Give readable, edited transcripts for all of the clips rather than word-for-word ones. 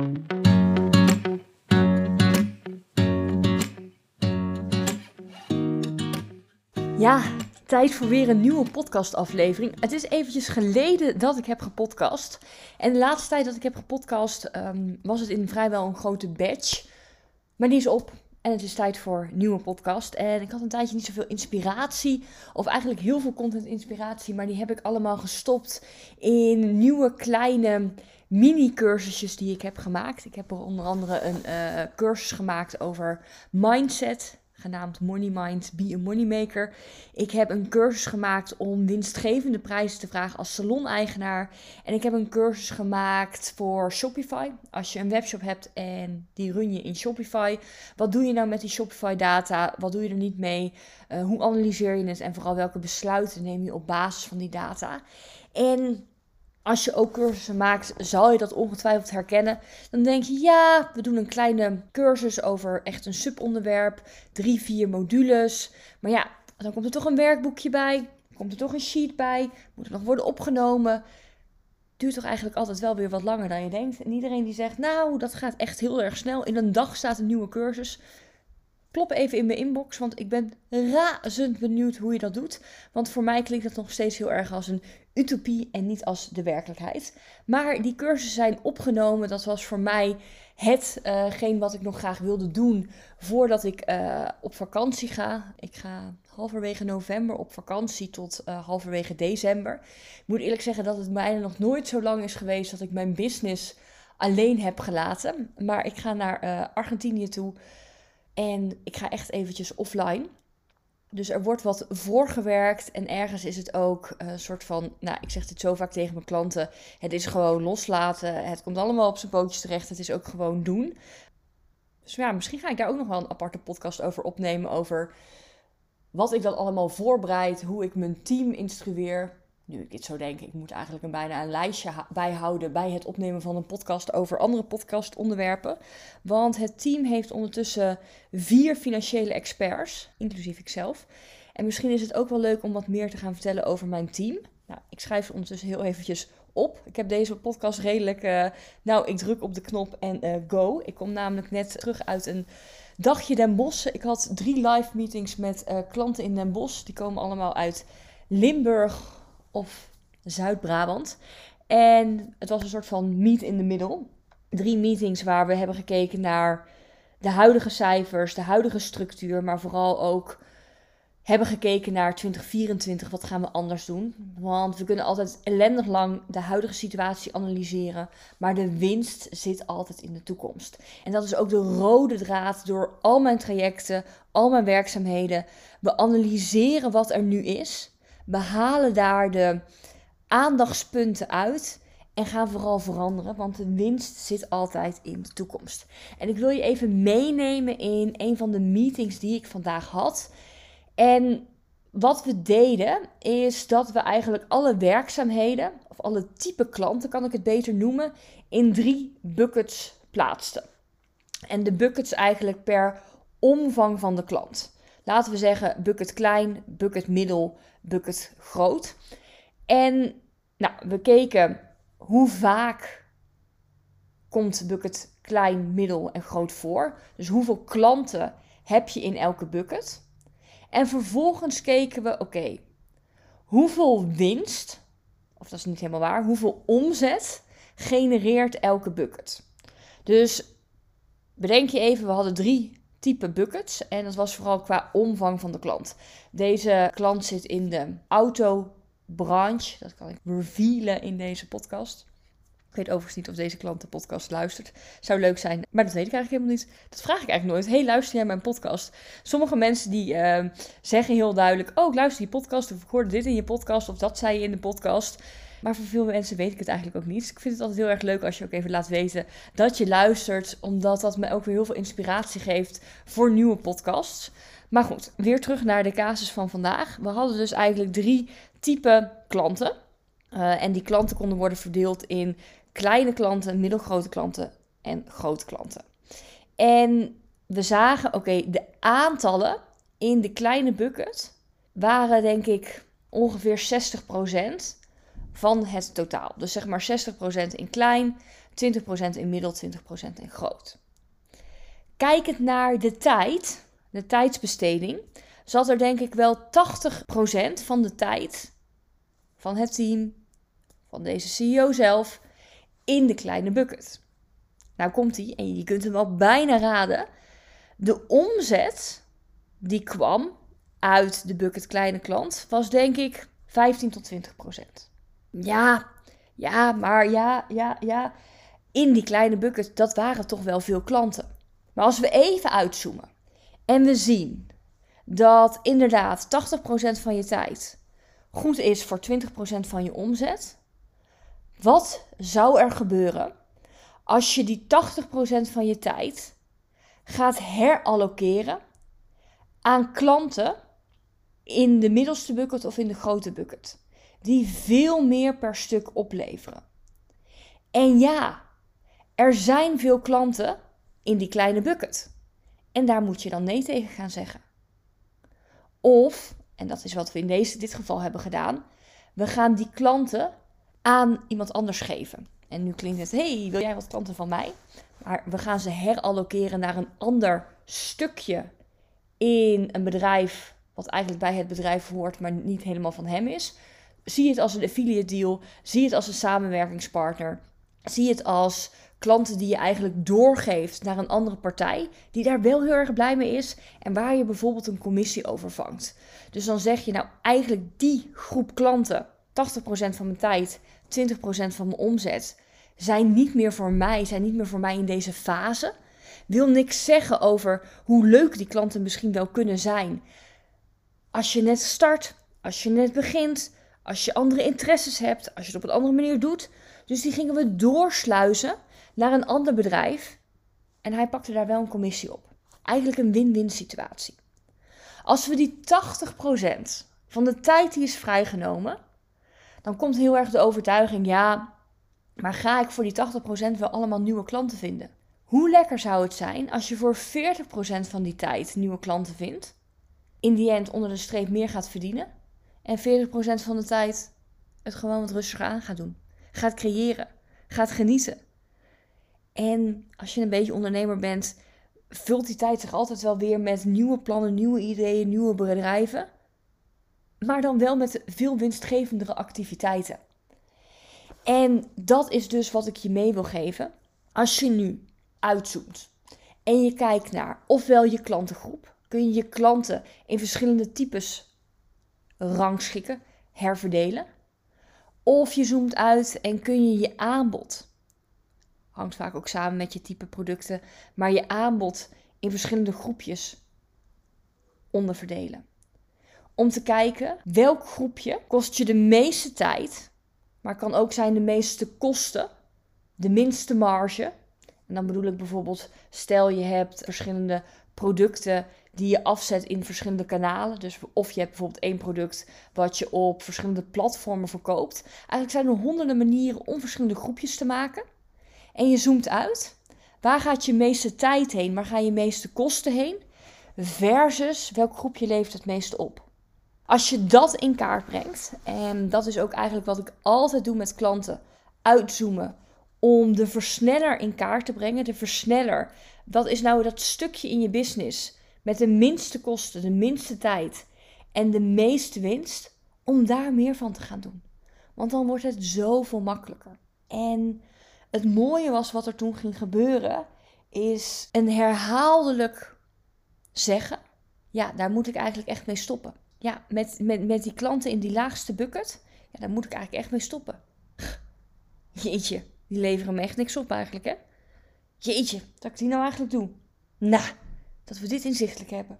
Ja, tijd voor weer een nieuwe podcastaflevering. Het is eventjes geleden dat ik heb gepodcast. En de laatste tijd dat ik heb gepodcast was het in vrijwel een grote batch. Maar die is op en het is tijd voor een nieuwe podcast. En ik had een tijdje niet zoveel inspiratie, of eigenlijk heel veel content inspiratie. Maar die heb ik allemaal gestopt in nieuwe kleine mini-cursusjes die ik heb gemaakt. Ik heb er onder andere een cursus gemaakt over mindset, genaamd Money Mind, Be a Moneymaker. Ik heb een cursus gemaakt om winstgevende prijzen te vragen als salon-eigenaar. En ik heb een cursus gemaakt voor Shopify. Als je een webshop hebt en die run je in Shopify. Wat doe je nou met die Shopify data? Wat doe je er niet mee? Hoe analyseer je het? En vooral welke besluiten neem je op basis van die data? En als je ook cursussen maakt, zal je dat ongetwijfeld herkennen. Dan denk je, ja, we doen een kleine cursus over echt een subonderwerp. 3-4 modules. Maar ja, dan komt er toch een werkboekje bij. Komt er toch een sheet bij. Moet er nog worden opgenomen. Duurt toch eigenlijk altijd wel weer wat langer dan je denkt. En iedereen die zegt, nou, dat gaat echt heel erg snel. In een dag staat een nieuwe cursus. Plop even in mijn inbox, want ik ben razend benieuwd hoe je dat doet. Want voor mij klinkt dat nog steeds heel erg als een utopie en niet als de werkelijkheid. Maar die cursussen zijn opgenomen. Dat was voor mij hetgeen wat ik nog graag wilde doen voordat ik op vakantie ga. Ik ga halverwege november op vakantie tot halverwege december. Ik moet eerlijk zeggen dat het bijna nog nooit zo lang is geweest dat ik mijn business alleen heb gelaten. Maar ik ga naar Argentinië toe. En ik ga echt eventjes offline. Dus er wordt wat voorgewerkt. En ergens is het ook een soort van, nou, ik zeg dit zo vaak tegen mijn klanten. Het is gewoon loslaten. Het komt allemaal op zijn pootjes terecht. Het is ook gewoon doen. Dus ja, misschien ga ik daar ook nog wel een aparte podcast over opnemen. Over wat ik dan allemaal voorbereid. Hoe ik mijn team instrueer. Nu ik dit zo denk, ik moet eigenlijk bijna een lijstje bijhouden bij het opnemen van een podcast over andere podcastonderwerpen. Want het team heeft ondertussen 4 financiële experts, inclusief ikzelf. En misschien is het ook wel leuk om wat meer te gaan vertellen over mijn team. Nou, ik schrijf ze ondertussen heel eventjes op. Ik heb deze podcast redelijk, ik druk op de knop en go. Ik kom namelijk net terug uit een dagje Den Bosch. Ik had 3 live meetings met klanten in Den Bosch. Die komen allemaal uit Limburg of Zuid-Brabant. En het was een soort van meet in the middle. 3 meetings waar we hebben gekeken naar de huidige cijfers, de huidige structuur, maar vooral ook hebben gekeken naar 2024. Wat gaan we anders doen? Want we kunnen altijd ellendig lang de huidige situatie analyseren, maar de winst zit altijd in de toekomst. En dat is ook de rode draad door al mijn trajecten, al mijn werkzaamheden. We analyseren wat er nu is. We halen daar de aandachtspunten uit en gaan vooral veranderen, want de winst zit altijd in de toekomst. En ik wil je even meenemen in een van de meetings die ik vandaag had. En wat we deden is dat we eigenlijk alle werkzaamheden, of alle type klanten kan ik het beter noemen, in 3 buckets plaatsten. En de buckets eigenlijk per omvang van de klant. Laten we zeggen bucket klein, bucket middel, bucket groot. En we keken hoe vaak komt bucket klein, middel en groot voor. Dus hoeveel klanten heb je in elke bucket. En vervolgens keken we, hoeveel winst, of dat is niet helemaal waar, hoeveel omzet genereert elke bucket. Dus bedenk je even, we hadden 3 type buckets en dat was vooral qua omvang van de klant. Deze klant zit in de autobranche, dat kan ik revealen in deze podcast. Ik weet overigens niet of deze klant de podcast luistert. Zou leuk zijn, maar dat weet ik eigenlijk helemaal niet. Dat vraag ik eigenlijk nooit. Hey, luister jij mijn podcast? Sommige mensen die zeggen heel duidelijk, ik luister die podcast, of ik hoorde dit in je podcast, of dat zei je in de podcast. Maar voor veel mensen weet ik het eigenlijk ook niet. Dus ik vind het altijd heel erg leuk als je ook even laat weten dat je luistert, omdat dat me ook weer heel veel inspiratie geeft voor nieuwe podcasts. Maar goed, weer terug naar de casus van vandaag. We hadden dus eigenlijk 3 typen klanten. En die klanten konden worden verdeeld in kleine klanten, middelgrote klanten en grote klanten. En we zagen, de aantallen in de kleine bucket waren denk ik ongeveer 60% van het totaal. Dus zeg maar 60% in klein, 20% in middel, 20% in groot. Kijkend naar de tijdsbesteding, zat er denk ik wel 80% van de tijd van het team, van deze CEO zelf, in de kleine bucket. Nou komt die, en je kunt hem wel bijna raden. De omzet die kwam uit de bucket kleine klant was denk ik 15 tot 20%. Ja. In die kleine bucket, dat waren toch wel veel klanten. Maar als we even uitzoomen en we zien dat inderdaad 80% van je tijd goed is voor 20% van je omzet. Wat zou er gebeuren als je die 80% van je tijd gaat herallokeren aan klanten in de middelste bucket of in de grote bucket, die veel meer per stuk opleveren? En ja, er zijn veel klanten in die kleine bucket. En daar moet je dan nee tegen gaan zeggen. Of, en dat is wat we in dit geval hebben gedaan, we gaan die klanten aan iemand anders geven. En nu klinkt het, hey, wil jij wat klanten van mij? Maar we gaan ze herallokeren naar een ander stukje in een bedrijf, wat eigenlijk bij het bedrijf hoort, maar niet helemaal van hem is. Zie het als een affiliate deal, zie het als een samenwerkingspartner. Zie het als klanten die je eigenlijk doorgeeft naar een andere partij, die daar wel heel erg blij mee is en waar je bijvoorbeeld een commissie over vangt. Dus dan zeg je, nou eigenlijk die groep klanten, 80% van mijn tijd, 20% van mijn omzet, zijn niet meer voor mij in deze fase. Wil niks zeggen over hoe leuk die klanten misschien wel kunnen zijn. Als je net start, als je net begint, als je andere interesses hebt, als je het op een andere manier doet. Dus die gingen we doorsluizen naar een ander bedrijf en hij pakte daar wel een commissie op. Eigenlijk een win-win situatie. Als we die 80% van de tijd die is vrijgenomen, dan komt heel erg de overtuiging, ja, maar ga ik voor die 80% wel allemaal nieuwe klanten vinden? Hoe lekker zou het zijn als je voor 40% van die tijd nieuwe klanten vindt, in die end onder de streep meer gaat verdienen en 40% van de tijd het gewoon wat rustiger aan gaat doen. Gaat creëren, gaat genieten. En als je een beetje ondernemer bent, vult die tijd zich altijd wel weer met nieuwe plannen, nieuwe ideeën, nieuwe bedrijven. Maar dan wel met veel winstgevendere activiteiten. En dat is dus wat ik je mee wil geven. Als je nu uitzoomt en je kijkt naar ofwel je klantengroep, kun je je klanten in verschillende types rangschikken, herverdelen. Of je zoomt uit en kun je je aanbod, hangt vaak ook samen met je type producten, maar je aanbod in verschillende groepjes onderverdelen. Om te kijken welk groepje kost je de meeste tijd, maar kan ook zijn de meeste kosten, de minste marge. En dan bedoel ik bijvoorbeeld, stel je hebt verschillende producten die je afzet in verschillende kanalen. Dus of je hebt bijvoorbeeld één product wat je op verschillende platformen verkoopt. Eigenlijk zijn er honderden manieren om verschillende groepjes te maken. En je zoomt uit. Waar gaat je meeste tijd heen? Waar gaan je meeste kosten heen? Versus welk groepje levert het meeste op? Als je dat in kaart brengt, en dat is ook eigenlijk wat ik altijd doe met klanten, uitzoomen om de versneller in kaart te brengen. De versneller, wat is nou dat stukje in je business met de minste kosten, de minste tijd en de meeste winst, om daar meer van te gaan doen. Want dan wordt het zoveel makkelijker. En het mooie was wat er toen ging gebeuren, is een herhaaldelijk zeggen, ja, daar moet ik eigenlijk echt mee stoppen. Ja, met die klanten in die laagste bucket, ja, daar moet ik eigenlijk echt mee stoppen. Jeetje, die leveren me echt niks op eigenlijk, hè? Jeetje, dat ik die nou eigenlijk doe? Nou, dat we dit inzichtelijk hebben.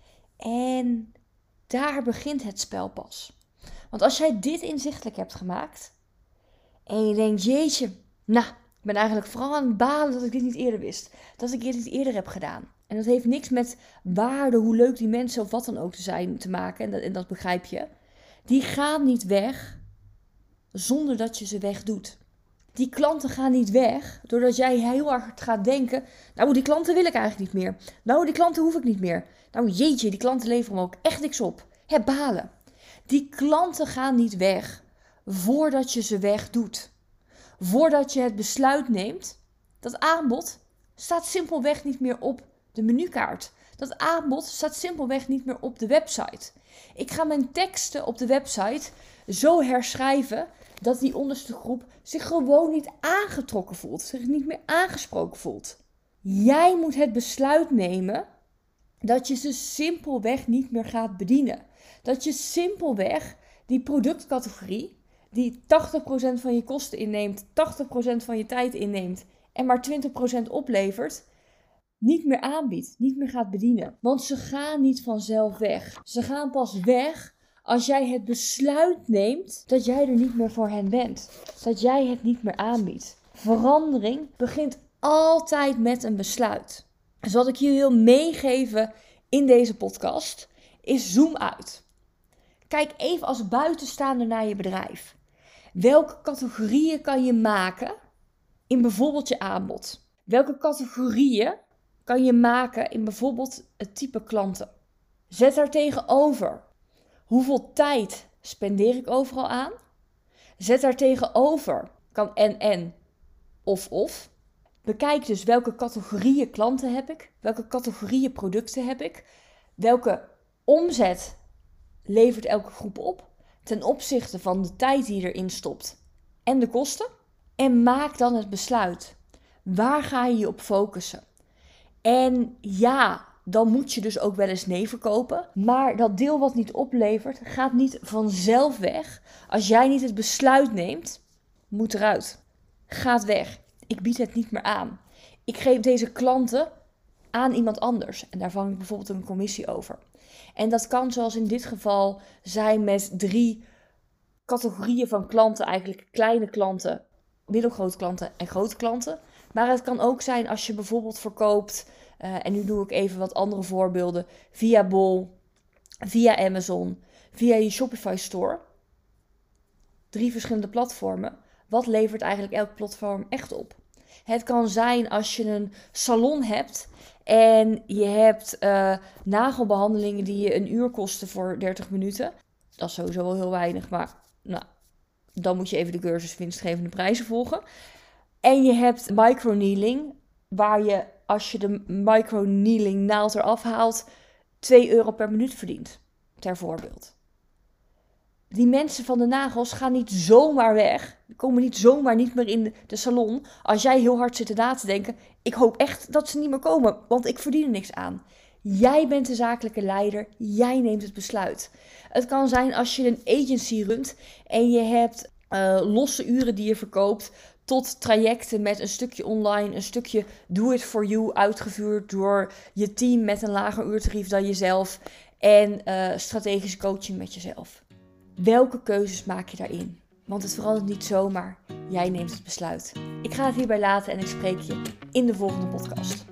En daar begint het spel pas. Want als jij dit inzichtelijk hebt gemaakt en je denkt, jeetje, nou, ik ben eigenlijk vooral aan het balen dat ik dit niet eerder wist. Dat ik dit niet eerder heb gedaan. En dat heeft niks met waarde, hoe leuk die mensen of wat dan ook te maken. En dat begrijp je. Die gaan niet weg zonder dat je ze wegdoet. Die klanten gaan niet weg doordat jij heel hard gaat denken, nou, die klanten wil ik eigenlijk niet meer. Nou, die klanten hoef ik niet meer. Nou, jeetje, die klanten leveren me ook echt niks op. Balen. Die klanten gaan niet weg voordat je ze wegdoet. voordat je het besluit neemt. Dat aanbod staat simpelweg niet meer op de menukaart. Dat aanbod staat simpelweg niet meer op de website. Ik ga mijn teksten op de website zo herschrijven dat die onderste groep zich gewoon niet aangetrokken voelt, zich niet meer aangesproken voelt. Jij moet het besluit nemen dat je ze simpelweg niet meer gaat bedienen. Dat je simpelweg die productcategorie, die 80% van je kosten inneemt, 80% van je tijd inneemt en maar 20% oplevert, niet meer aanbiedt, niet meer gaat bedienen. Want ze gaan niet vanzelf weg. Ze gaan pas weg als jij het besluit neemt dat jij er niet meer voor hen bent. Dat jij het niet meer aanbiedt. Verandering begint altijd met een besluit. Dus wat ik je wil meegeven in deze podcast is zoom uit. Kijk even als buitenstaander naar je bedrijf. Welke categorieën kan je maken in bijvoorbeeld je aanbod? Welke categorieën kan je maken in bijvoorbeeld het type klanten? Zet daar tegenover. Hoeveel tijd spendeer ik overal aan? Zet daar tegenover. Kan en, of. Bekijk dus welke categorieën klanten heb ik. Welke categorieën producten heb ik. Welke omzet levert elke groep op. Ten opzichte van de tijd die je erin stopt. En de kosten. En maak dan het besluit. Waar ga je je op focussen? En ja, dan moet je dus ook wel eens nee verkopen. Maar dat deel wat niet oplevert, gaat niet vanzelf weg. Als jij niet het besluit neemt, moet eruit. Gaat weg. Ik bied het niet meer aan. Ik geef deze klanten aan iemand anders. En daar vang ik bijvoorbeeld een commissie over. En dat kan zoals in dit geval zijn met 3 categorieën van klanten. Eigenlijk kleine klanten, middelgrote klanten en grote klanten. Maar het kan ook zijn als je bijvoorbeeld verkoopt, en nu doe ik even wat andere voorbeelden, via Bol, via Amazon, via je Shopify store. 3 verschillende platformen. Wat levert eigenlijk elk platform echt op? Het kan zijn als je een salon hebt en je hebt nagelbehandelingen die je 1 uur kosten voor 30 minuten. Dat is sowieso wel heel weinig, maar dan moet je even de cursus winstgevende prijzen volgen. En je hebt microneedling, waar je als je de microneedling naald eraf haalt, €2 per minuut verdient. Ter voorbeeld. Die mensen van de nagels gaan niet zomaar weg. Komen niet zomaar niet meer in de salon. Als jij heel hard zit na te denken, ik hoop echt dat ze niet meer komen, want ik verdien er niks aan. Jij bent de zakelijke leider. Jij neemt het besluit. Het kan zijn als je een agency runt en je hebt losse uren die je verkoopt, tot trajecten met een stukje online, een stukje do it for you, uitgevoerd door je team met een lager uurtarief dan jezelf en strategische coaching met jezelf. Welke keuzes maak je daarin? Want het verandert niet zomaar. Jij neemt het besluit. Ik ga het hierbij laten en ik spreek je in de volgende podcast.